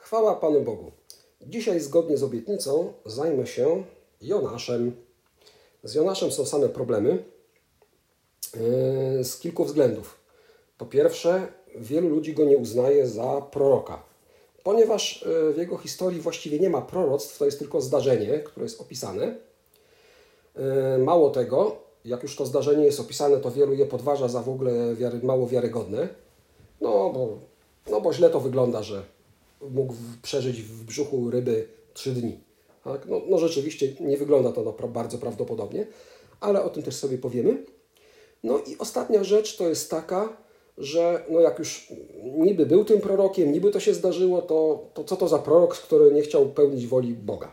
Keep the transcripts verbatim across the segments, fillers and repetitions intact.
Chwała Panu Bogu. Dzisiaj zgodnie z obietnicą zajmę się Jonaszem. Z Jonaszem są same problemy yy, z kilku względów. Po pierwsze, wielu ludzi go nie uznaje za proroka, ponieważ yy, w jego historii właściwie nie ma proroctw, to jest tylko zdarzenie, które jest opisane. Yy, mało tego, jak już to zdarzenie jest opisane, to wielu je podważa za w ogóle wiary, mało wiarygodne. No bo, no bo źle to wygląda, że mógł przeżyć w brzuchu ryby trzy dni. Tak? No, no rzeczywiście nie wygląda to no, bardzo prawdopodobnie, ale o tym też sobie powiemy. No i ostatnia rzecz to jest taka, że no jak już niby był tym prorokiem, niby to się zdarzyło, to, to co to za prorok, który nie chciał pełnić woli Boga.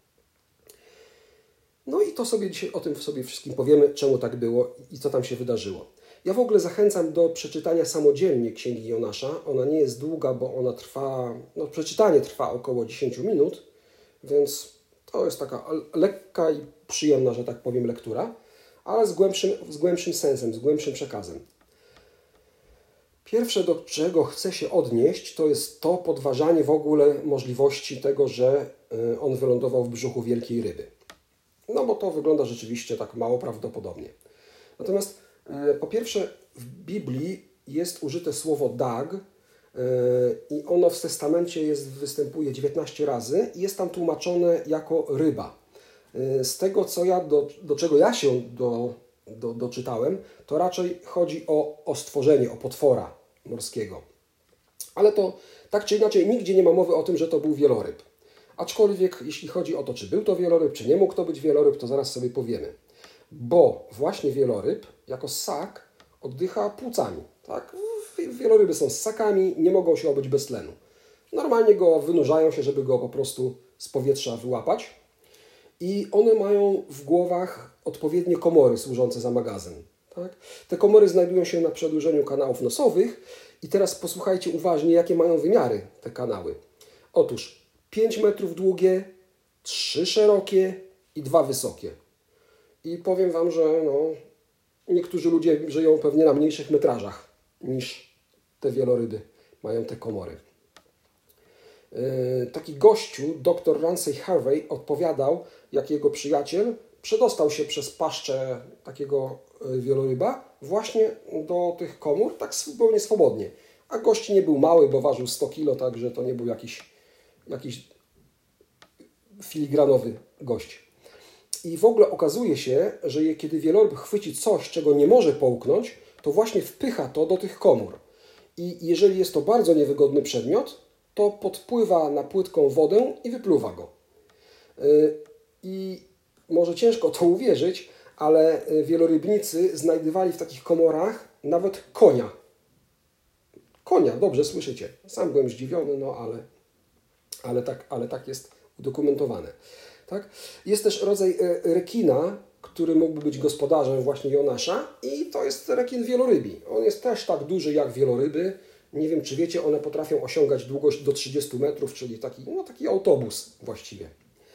No i to sobie dzisiaj o tym sobie wszystkim powiemy, czemu tak było i co tam się wydarzyło. Ja w ogóle zachęcam do przeczytania samodzielnie Księgi Jonasza. Ona nie jest długa, bo ona trwa, no przeczytanie trwa około dziesięć minut, więc to jest taka lekka i przyjemna, że tak powiem, lektura, ale z głębszym, z głębszym sensem, z głębszym przekazem. Pierwsze, do czego chcę się odnieść, to jest to podważanie w ogóle możliwości tego, że on wylądował w brzuchu wielkiej ryby. No bo to wygląda rzeczywiście tak mało prawdopodobnie. Natomiast po pierwsze w Biblii jest użyte słowo dag i ono w Testamencie jest, występuje dziewiętnaście razy i jest tam tłumaczone jako ryba. Z tego, co ja, do, do czego ja się do, do, doczytałem, to raczej chodzi o, o stworzenie, o potwora morskiego. Ale to tak czy inaczej nigdzie nie ma mowy o tym, że to był wieloryb. Aczkolwiek jeśli chodzi o to, czy był to wieloryb, czy nie mógł to być wieloryb, to zaraz sobie powiemy. Bo właśnie wieloryb jako ssak oddycha płucami. Tak? Wieloryby są ssakami, nie mogą się obyć bez tlenu. Normalnie go wynurzają się, żeby go po prostu z powietrza wyłapać. I one mają w głowach odpowiednie komory służące za magazyn. Tak? Te komory znajdują się na przedłużeniu kanałów nosowych. I teraz posłuchajcie uważnie, jakie mają wymiary te kanały. Otóż pięć metrów długie, trzy szerokie i dwa wysokie. I powiem Wam, że no, niektórzy ludzie żyją pewnie na mniejszych metrażach niż te wieloryby mają te komory. Yy, taki gościu, dr Ramsey Harvey, odpowiadał, jak jego przyjaciel przedostał się przez paszczę takiego wieloryba właśnie do tych komór tak zupełnie swobodnie. A gość nie był mały, bo ważył sto kilo, także to nie był jakiś, jakiś filigranowy gość. I w ogóle okazuje się, że kiedy wieloryb chwyci coś, czego nie może połknąć, to właśnie wpycha to do tych komór. I jeżeli jest to bardzo niewygodny przedmiot, to podpływa na płytką wodę i wypluwa go. I może ciężko to uwierzyć, ale wielorybnicy znajdywali w takich komorach nawet konia. Konia, dobrze słyszycie. Sam byłem zdziwiony, no ale, ale, tak, ale tak jest udokumentowane. Tak? Jest też rodzaj rekina, który mógłby być gospodarzem właśnie Jonasza i to jest rekin wielorybi. On jest też tak duży jak wieloryby. Nie wiem, czy wiecie, one potrafią osiągać długość do trzydziestu metrów, czyli taki, no, taki autobus właściwie.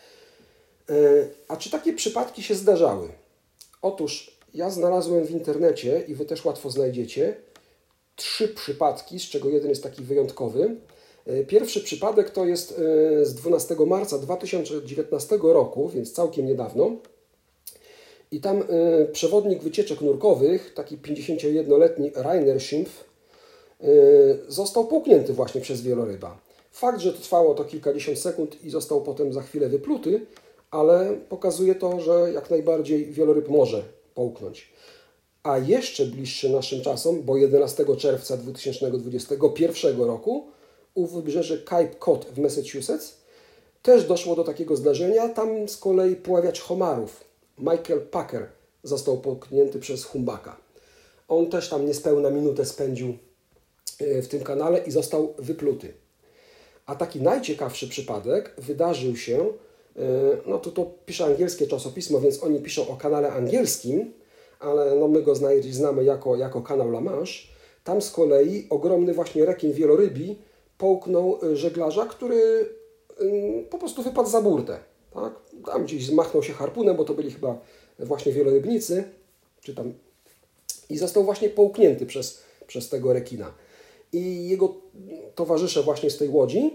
A czy takie przypadki się zdarzały? Otóż ja znalazłem w internecie i Wy też łatwo znajdziecie trzy przypadki, z czego jeden jest taki wyjątkowy. Pierwszy przypadek to jest z dwunastego marca dwa tysiące dziewiętnastego roku, więc całkiem niedawno. I tam przewodnik wycieczek nurkowych, taki pięćdziesięciojednoletni Rainer Schimpf, został połknięty właśnie przez wieloryba. Fakt, że to trwało to kilkadziesiąt sekund i został potem za chwilę wypluty, ale pokazuje to, że jak najbardziej wieloryb może połknąć. A jeszcze bliższy naszym czasom, bo jedenastego czerwca dwa tysiące dwudziestego pierwszego roku u wybrzeży Cape Cod w Massachusetts też doszło do takiego zdarzenia. Tam z kolei poławiacz homarów Michael Packer został połknięty przez humbaka. On też tam niespełna minutę spędził w tym kanale i został wypluty. A taki najciekawszy przypadek wydarzył się, no to to pisze angielskie czasopismo, więc oni piszą o kanale angielskim, ale no my go znamy jako, jako kanał La Manche. Tam z kolei ogromny właśnie rekin wielorybi połknął żeglarza, który po prostu wypadł za burtę. Tak? Tam gdzieś zmachnął się harpunem, bo to byli chyba właśnie wielorybnicy, czy tam, i został właśnie połknięty przez, przez tego rekina. I jego towarzysze właśnie z tej łodzi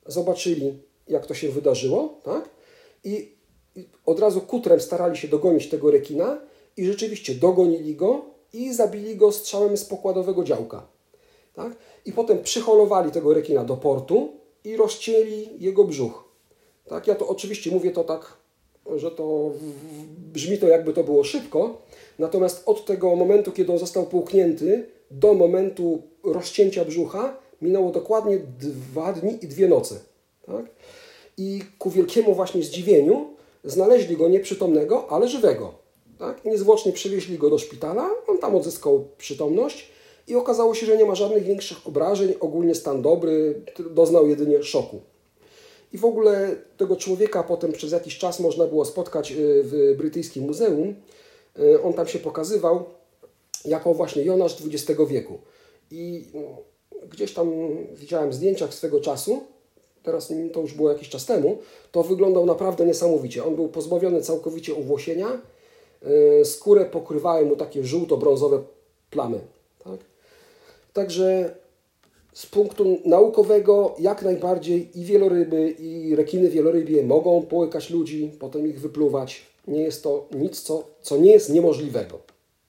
zobaczyli, jak to się wydarzyło, tak? I od razu kutrem starali się dogonić tego rekina i rzeczywiście dogonili go i zabili go strzałem z pokładowego działka. Tak? I potem przyholowali tego rekina do portu i rozcięli jego brzuch. Tak? Ja to oczywiście mówię to tak, że to brzmi to jakby to było szybko, natomiast od tego momentu, kiedy on został połknięty, do momentu rozcięcia brzucha minęło dokładnie dwa dni i dwie noce. Tak? I ku wielkiemu właśnie zdziwieniu znaleźli go nieprzytomnego, ale żywego. Tak? I niezwłocznie przywieźli go do szpitala, on tam odzyskał przytomność i okazało się, że nie ma żadnych większych obrażeń, ogólnie stan dobry, doznał jedynie szoku. I w ogóle tego człowieka potem przez jakiś czas można było spotkać w brytyjskim muzeum. On tam się pokazywał jako właśnie Jonasz dwudziestego wieku. I gdzieś tam widziałem zdjęcia swego czasu, teraz to już było jakiś czas temu, to wyglądał naprawdę niesamowicie. On był pozbawiony całkowicie owłosienia, skórę pokrywały mu takie żółto-brązowe plamy. Tak? Także z punktu naukowego jak najbardziej i wieloryby, i rekiny wielorybie mogą połykać ludzi, potem ich wypluwać. Nie jest to nic, co, co nie jest niemożliwego.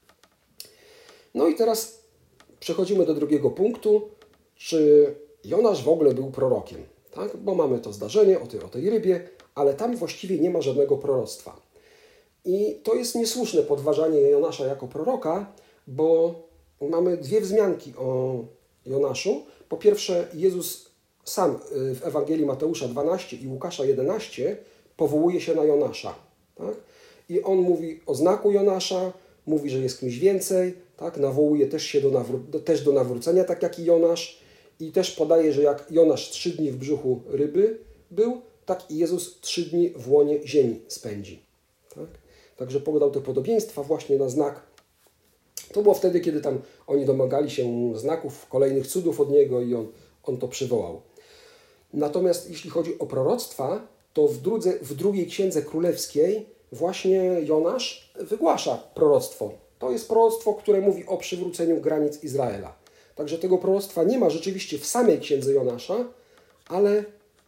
No i teraz przechodzimy do drugiego punktu. Czy Jonasz w ogóle był prorokiem? Tak? Bo mamy to zdarzenie o tej, o tej rybie, ale tam właściwie nie ma żadnego proroctwa. I to jest niesłuszne podważanie Jonasza jako proroka, bo mamy dwie wzmianki o Jonaszu. Po pierwsze, Jezus sam w Ewangelii Mateusza dwanaście i Łukasza jedenaście powołuje się na Jonasza. Tak? I on mówi o znaku Jonasza, mówi, że jest kimś więcej, tak? Nawołuje też się do, nawró- też do nawrócenia, tak jak i Jonasz. I też podaje, że jak Jonasz trzy dni w brzuchu ryby był, tak i Jezus trzy dni w łonie ziemi spędzi. Tak? Także podał te podobieństwa właśnie na znak. To było wtedy, kiedy tam oni domagali się znaków, kolejnych cudów od Niego i On, on to przywołał. Natomiast jeśli chodzi o proroctwa, to w, drudze, w drugiej Księdze Królewskiej właśnie Jonasz wygłasza proroctwo. To jest proroctwo, które mówi o przywróceniu granic Izraela. Także tego proroctwa nie ma rzeczywiście w samej Księdze Jonasza, ale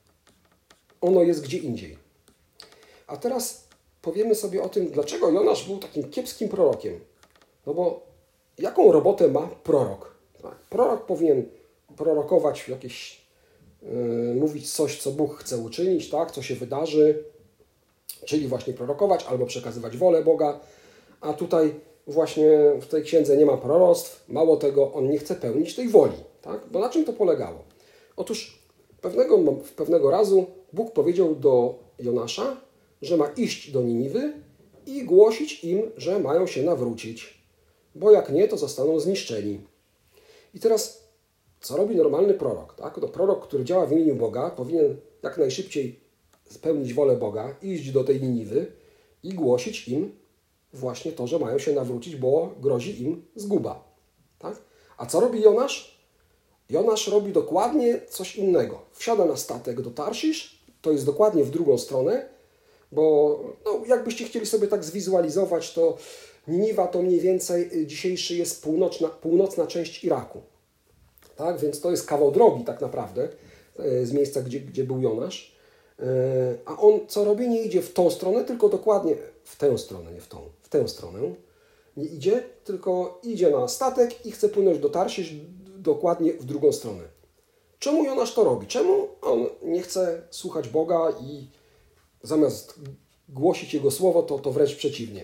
ono jest gdzie indziej. A teraz powiemy sobie o tym, dlaczego Jonasz był takim kiepskim prorokiem. No bo jaką robotę ma prorok? Tak, prorok powinien prorokować jakieś, yy, mówić coś, co Bóg chce uczynić, tak, co się wydarzy, czyli właśnie prorokować albo przekazywać wolę Boga, a tutaj właśnie w tej księdze nie ma proroctw, mało tego, on nie chce pełnić tej woli. Tak? Bo na czym to polegało? Otóż pewnego, pewnego razu Bóg powiedział do Jonasza, że ma iść do Niniwy i głosić im, że mają się nawrócić, bo jak nie, to zostaną zniszczeni. I teraz, co robi normalny prorok? Tak? To prorok, który działa w imieniu Boga, powinien jak najszybciej spełnić wolę Boga, iść do tej Niniwy i głosić im właśnie to, że mają się nawrócić, bo grozi im zguba. Tak? A co robi Jonasz? Jonasz robi dokładnie coś innego. Wsiada na statek do Tarszisz, to jest dokładnie w drugą stronę, bo no, jakbyście chcieli sobie tak zwizualizować, to Niniwa to mniej więcej dzisiejszy jest północna, północna część Iraku. Tak? Więc to jest kawał drogi tak naprawdę z miejsca, gdzie, gdzie był Jonasz. A on co robi? Nie idzie w tą stronę, tylko dokładnie w tę stronę, nie w tą, w tę stronę. Nie idzie, tylko idzie na statek i chce płynąć do Tarszisz dokładnie w drugą stronę. Czemu Jonasz to robi? Czemu on nie chce słuchać Boga i zamiast głosić Jego słowo, to, to wręcz przeciwnie?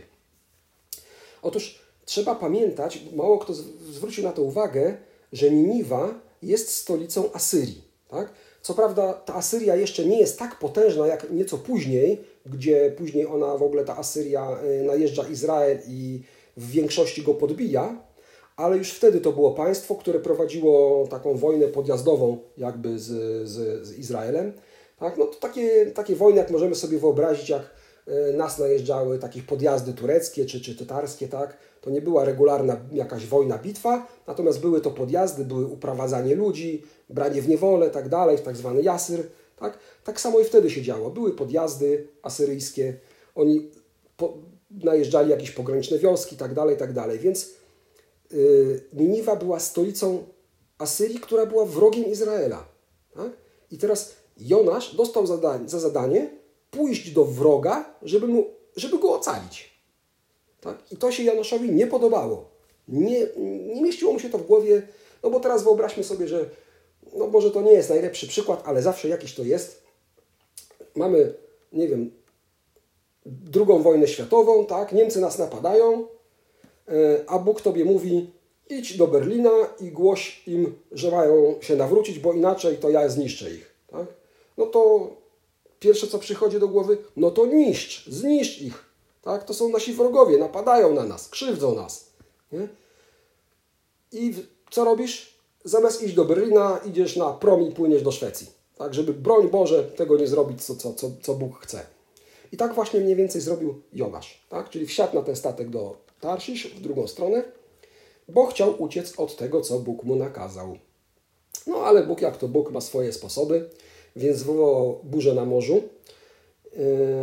Otóż trzeba pamiętać, mało kto zwrócił na to uwagę, że Niniwa jest stolicą Asyrii. Tak? Co prawda ta Asyria jeszcze nie jest tak potężna jak nieco później, gdzie później ona w ogóle, ta Asyria, najeżdża Izrael i w większości go podbija, ale już wtedy to było państwo, które prowadziło taką wojnę podjazdową jakby z, z, z Izraelem. Tak? No to takie, takie wojny, jak możemy sobie wyobrazić, jak nas najeżdżały takie podjazdy tureckie czy, czy tatarskie, tak? To nie była regularna jakaś wojna, bitwa, natomiast były to podjazdy, były uprowadzanie ludzi, branie w niewolę, tak dalej, tak zwany jasyr. Tak? Tak samo i wtedy się działo. Były podjazdy asyryjskie, oni po, najeżdżali jakieś pograniczne wioski, tak dalej, tak dalej. Więc yy, Niniwa była stolicą Asyrii, która była wrogiem Izraela. Tak? I teraz Jonasz dostał zadań, za zadanie pójść do wroga, żeby, mu, żeby go ocalić. Tak? I to się Jonaszowi nie podobało. Nie, nie mieściło mu się to w głowie, no bo teraz wyobraźmy sobie, że no może to nie jest najlepszy przykład, ale zawsze jakiś to jest. Mamy, nie wiem, drugą wojnę światową, tak? Niemcy nas napadają, a Bóg tobie mówi, idź do Berlina i głoś im, że mają się nawrócić, bo inaczej to ja zniszczę ich. Tak? No to pierwsze, co przychodzi do głowy, no to niszcz, zniszcz ich. Tak? To są nasi wrogowie, napadają na nas, krzywdzą nas. Nie? I co robisz? Zamiast iść do Berlina, idziesz na prom i płyniesz do Szwecji. Tak? Żeby, broń Boże, tego nie zrobić, co, co, co, co Bóg chce. I tak właśnie mniej więcej zrobił Jonasz. Tak? Czyli wsiadł na ten statek do Tarszisz, w drugą stronę, bo chciał uciec od tego, co Bóg mu nakazał. No ale Bóg, jak to Bóg, ma swoje sposoby, więc wywołał burzę na morzu yy,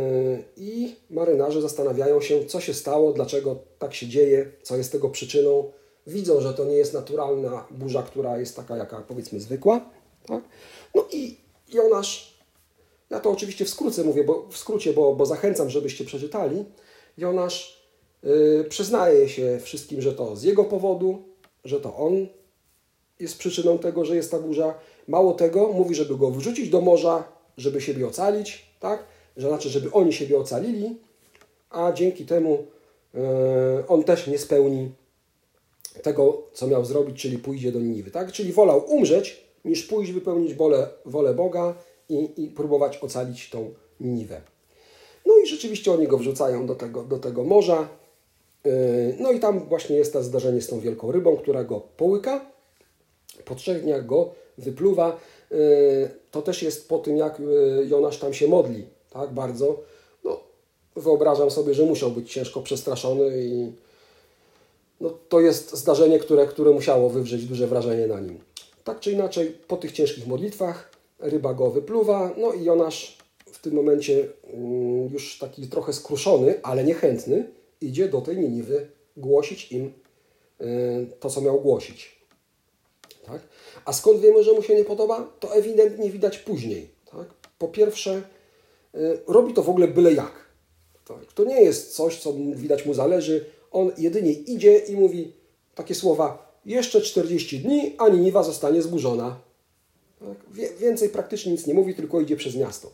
i marynarze zastanawiają się, co się stało, dlaczego tak się dzieje, co jest tego przyczyną. Widzą, że to nie jest naturalna burza, która jest taka, jaka powiedzmy zwykła. Tak? No i Jonasz, ja to oczywiście w skrócie mówię, bo, w skrócie, bo, bo zachęcam, żebyście przeczytali. Jonasz yy, przyznaje się wszystkim, że to z jego powodu, że to on jest przyczyną tego, że jest ta burza. Mało tego, mówi, żeby go wrzucić do morza, żeby siebie ocalić, tak? Że znaczy, żeby oni siebie ocalili, a dzięki temu yy, on też nie spełni tego, co miał zrobić, czyli pójdzie do Niniwy, tak? Czyli wolał umrzeć, niż pójść wypełnić wolę, wolę Boga i, i próbować ocalić tą Niniwę. No i rzeczywiście oni go wrzucają do tego, do tego morza. Yy, no i tam właśnie jest to zdarzenie z tą wielką rybą, która go połyka. Po trzech dniach go wypluwa. Yy, to też jest po tym, jak Jonasz tam się modli, tak? Bardzo. No, wyobrażam sobie, że musiał być ciężko przestraszony i no, to jest zdarzenie, które, które musiało wywrzeć duże wrażenie na nim. Tak czy inaczej, po tych ciężkich modlitwach ryba go wypluwa, no i Jonasz w tym momencie już taki trochę skruszony, ale niechętny, idzie do tej Niniwy głosić im to, co miał głosić. Tak? A skąd wiemy, że mu się nie podoba? To ewidentnie widać później. Tak? Po pierwsze, robi to w ogóle byle jak. Tak? To nie jest coś, co widać mu zależy. On jedynie idzie i mówi takie słowa: jeszcze czterdzieści dni, a Niniwa zostanie zburzona. Tak? Więcej praktycznie nic nie mówi, tylko idzie przez miasto.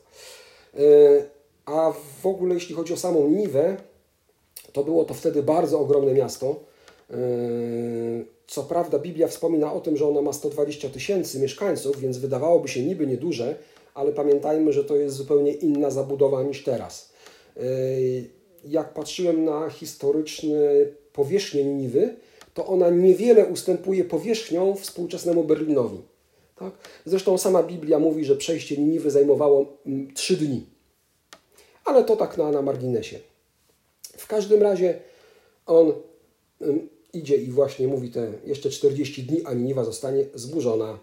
A w ogóle jeśli chodzi o samą Niniwę, to było to wtedy bardzo ogromne miasto. Co prawda Biblia wspomina o tym, że ona ma sto dwadzieścia tysięcy mieszkańców, więc wydawałoby się niby nieduże, ale pamiętajmy, że to jest zupełnie inna zabudowa niż teraz. Jak patrzyłem na historyczne powierzchnię Niniwy, to ona niewiele ustępuje powierzchnią współczesnemu Berlinowi. Tak? Zresztą sama Biblia mówi, że przejście Niniwy zajmowało trzy dni. Ale to tak na, na marginesie. W każdym razie on um, idzie i właśnie mówi te jeszcze czterdzieści dni, a Niniwa zostanie zburzona.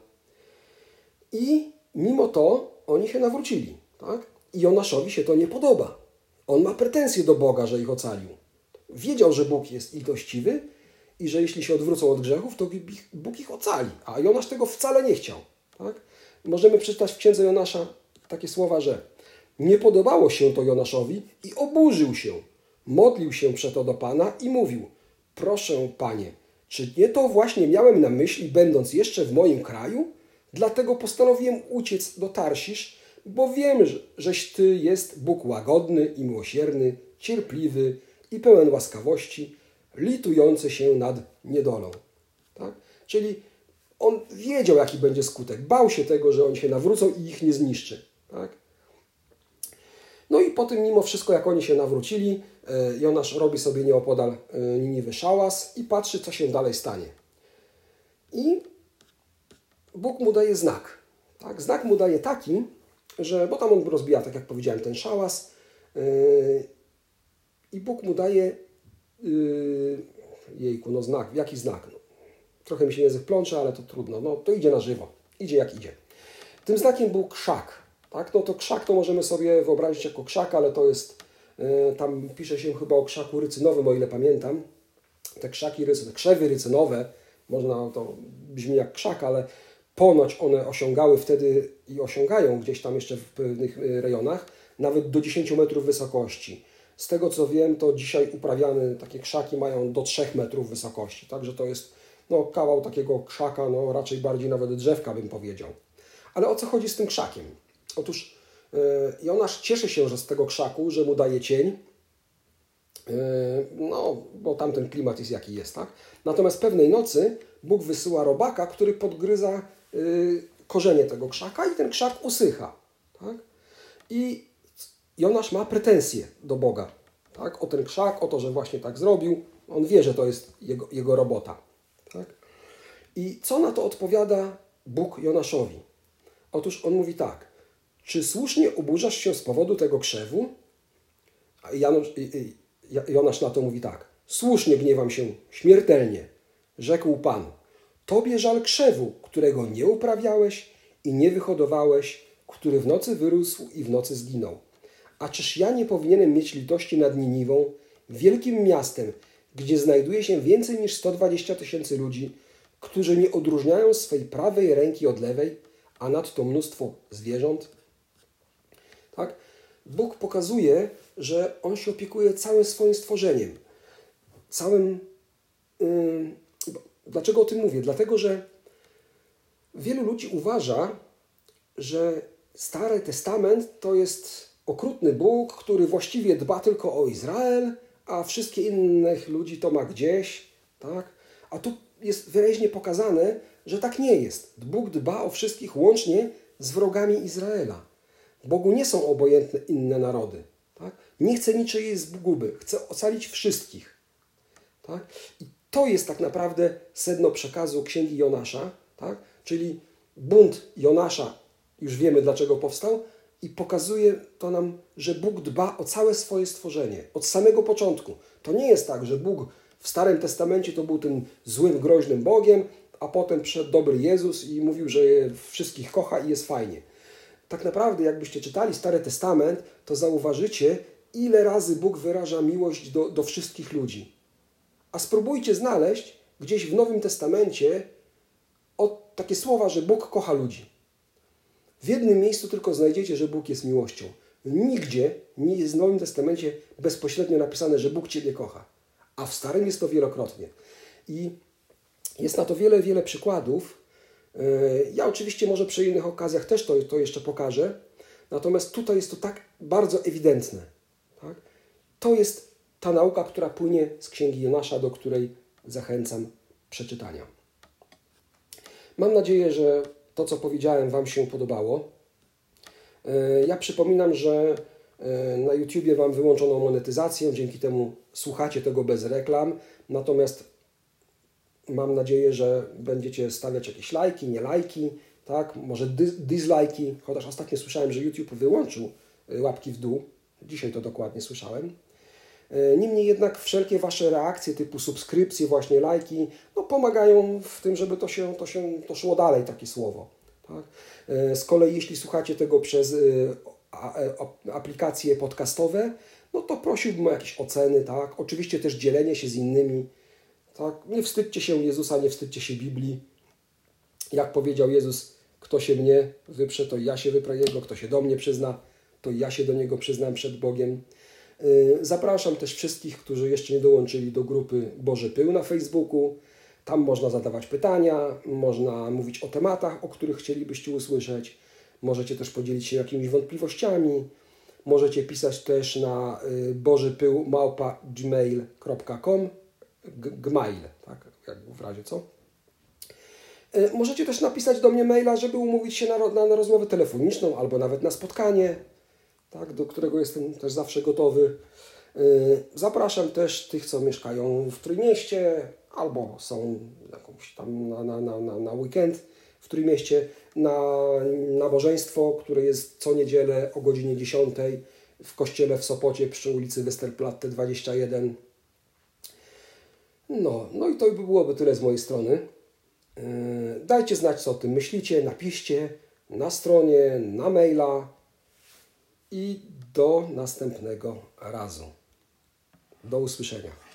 I mimo to oni się nawrócili. Tak? I Jonaszowi się to nie podoba. On ma pretensje do Boga, że ich ocalił. Wiedział, że Bóg jest litościwy i że jeśli się odwrócą od grzechów, to Bóg ich ocali. A Jonasz tego wcale nie chciał. Tak? Możemy przeczytać w księdze Jonasza takie słowa, że nie podobało się to Jonaszowi i oburzył się. Modlił się przeto do Pana i mówił: proszę, Panie, czy nie to właśnie miałem na myśli, będąc jeszcze w moim kraju? Dlatego postanowiłem uciec do Tarsisz, bo wiem, żeś Ty jest Bóg łagodny i miłosierny, cierpliwy i pełen łaskawości, litujący się nad niedolą. Tak? Czyli on wiedział, jaki będzie skutek. Bał się tego, że oni się nawrócą i ich nie zniszczy. Tak? No i potem mimo wszystko, jak oni się nawrócili, Jonasz robi sobie nieopodal Niniwy szałas i patrzy, co się dalej stanie. I Bóg mu daje znak. Tak? Znak mu daje taki, że, bo tam on rozbija, tak jak powiedziałem, ten szałas yy, i Bóg mu daje yy, jejku, no znak, jaki znak? No, trochę mi się język plącze, ale to trudno, no to idzie na żywo, idzie jak idzie. Tym znakiem był krzak, tak? No to krzak to możemy sobie wyobrazić jako krzak, ale to jest, yy, tam pisze się chyba o krzaku rycynowym, o ile pamiętam. Te krzaki, te krzewy rycynowe, można, to brzmi jak krzak, ale ponoć one osiągały wtedy i osiągają gdzieś tam jeszcze w pewnych rejonach nawet do dziesięciu metrów wysokości. Z tego co wiem, to dzisiaj uprawiane takie krzaki mają do trzech metrów wysokości. Także to jest no, kawał takiego krzaka, no, raczej bardziej nawet drzewka bym powiedział. Ale o co chodzi z tym krzakiem? Otóż yy, Jonasz cieszy się że z tego krzaku, że mu daje cień, yy, no bo tamten klimat jest jaki jest, tak? Natomiast pewnej nocy Bóg wysyła robaka, który podgryza yy, korzenie tego krzaka i ten krzak usycha. Tak? I Jonasz ma pretensje do Boga. Tak? O ten krzak, o to, że właśnie tak zrobił. On wie, że to jest jego, jego robota. Tak? I co na to odpowiada Bóg Jonaszowi? Otóż on mówi tak. Czy słusznie oburzasz się z powodu tego krzewu? A Janusz, Jonasz na to mówi tak. Słusznie gniewam się, śmiertelnie. Rzekł Pan. Tobie żal krzewu, którego nie uprawiałeś i nie wyhodowałeś, który w nocy wyrósł i w nocy zginął. A czyż ja nie powinienem mieć litości nad Niniwą, wielkim miastem, gdzie znajduje się więcej niż sto dwadzieścia tysięcy ludzi, którzy nie odróżniają swej prawej ręki od lewej, a nadto mnóstwo zwierząt? Tak? Bóg pokazuje, że On się opiekuje całym swoim stworzeniem. Całym... Yy, dlaczego o tym mówię? Dlatego, że wielu ludzi uważa, że Stary Testament to jest okrutny Bóg, który właściwie dba tylko o Izrael, a wszystkich innych ludzi to ma gdzieś. Tak? A tu jest wyraźnie pokazane, że tak nie jest. Bóg dba o wszystkich łącznie z wrogami Izraela. Bogu nie są obojętne inne narody. Tak? Nie chce niczyjej zguby. Chce ocalić wszystkich. Tak? I to jest tak naprawdę sedno przekazu Księgi Jonasza. Tak? Czyli bunt Jonasza, już wiemy dlaczego powstał, i pokazuje to nam, że Bóg dba o całe swoje stworzenie. Od samego początku. To nie jest tak, że Bóg w Starym Testamencie to był tym złym, groźnym Bogiem, a potem przyszedł dobry Jezus i mówił, że wszystkich kocha i jest fajnie. Tak naprawdę, jakbyście czytali Stary Testament, to zauważycie, ile razy Bóg wyraża miłość do, do wszystkich ludzi. A spróbujcie znaleźć gdzieś w Nowym Testamencie o, takie słowa, że Bóg kocha ludzi. W jednym miejscu tylko znajdziecie, że Bóg jest miłością. Nigdzie nie jest w Nowym Testamencie bezpośrednio napisane, że Bóg Ciebie kocha. A w Starym jest to wielokrotnie. I jest na to wiele, wiele przykładów. Ja oczywiście może przy innych okazjach też to, to jeszcze pokażę. Natomiast tutaj jest to tak bardzo ewidentne. Tak? To jest ta nauka, która płynie z Księgi Jonasza, do której zachęcam przeczytania. Mam nadzieję, że to, co powiedziałem, Wam się podobało. Ja przypominam, że na YouTubie mam wyłączoną monetyzację, dzięki temu słuchacie tego bez reklam. Natomiast mam nadzieję, że będziecie stawiać jakieś lajki, nie lajki, tak? Może dislajki, chociaż ostatnio słyszałem, że YouTube wyłączył łapki w dół. Dzisiaj to dokładnie słyszałem. Niemniej jednak wszelkie Wasze reakcje typu subskrypcje, właśnie lajki, no pomagają w tym, żeby to się, to się to szło dalej, takie słowo. Tak? Z kolei jeśli słuchacie tego przez aplikacje podcastowe, no to prosiłbym o jakieś oceny, tak? Oczywiście też dzielenie się z innymi. Tak? Nie wstydźcie się Jezusa, nie wstydźcie się Biblii. Jak powiedział Jezus, kto się mnie wyprze, to ja się wyprę Jego, kto się do mnie przyzna, to ja się do Niego przyznam przed Bogiem. Zapraszam też wszystkich, którzy jeszcze nie dołączyli do grupy Boży Pył na Facebooku. Tam można zadawać pytania, można mówić o tematach, o których chcielibyście usłyszeć. Możecie też podzielić się jakimiś wątpliwościami. Możecie pisać też na bożypył małpa gmail kropka com. Gmail, tak, jak w razie co. Możecie też napisać do mnie maila, żeby umówić się na, na, na rozmowę telefoniczną albo nawet na spotkanie, tak, do którego jestem też zawsze gotowy. Zapraszam też tych, co mieszkają w Trójmieście albo są jakąś tam na, na, na, na, na weekend w Trójmieście na nabożeństwo, które jest co niedzielę o godzinie dziesiątej w kościele w Sopocie przy ulicy Westerplatte dwadzieścia jeden. No, no i to by byłoby tyle z mojej strony. Dajcie znać, co o tym myślicie, napiszcie na stronie, na maila i do następnego razu. Do usłyszenia.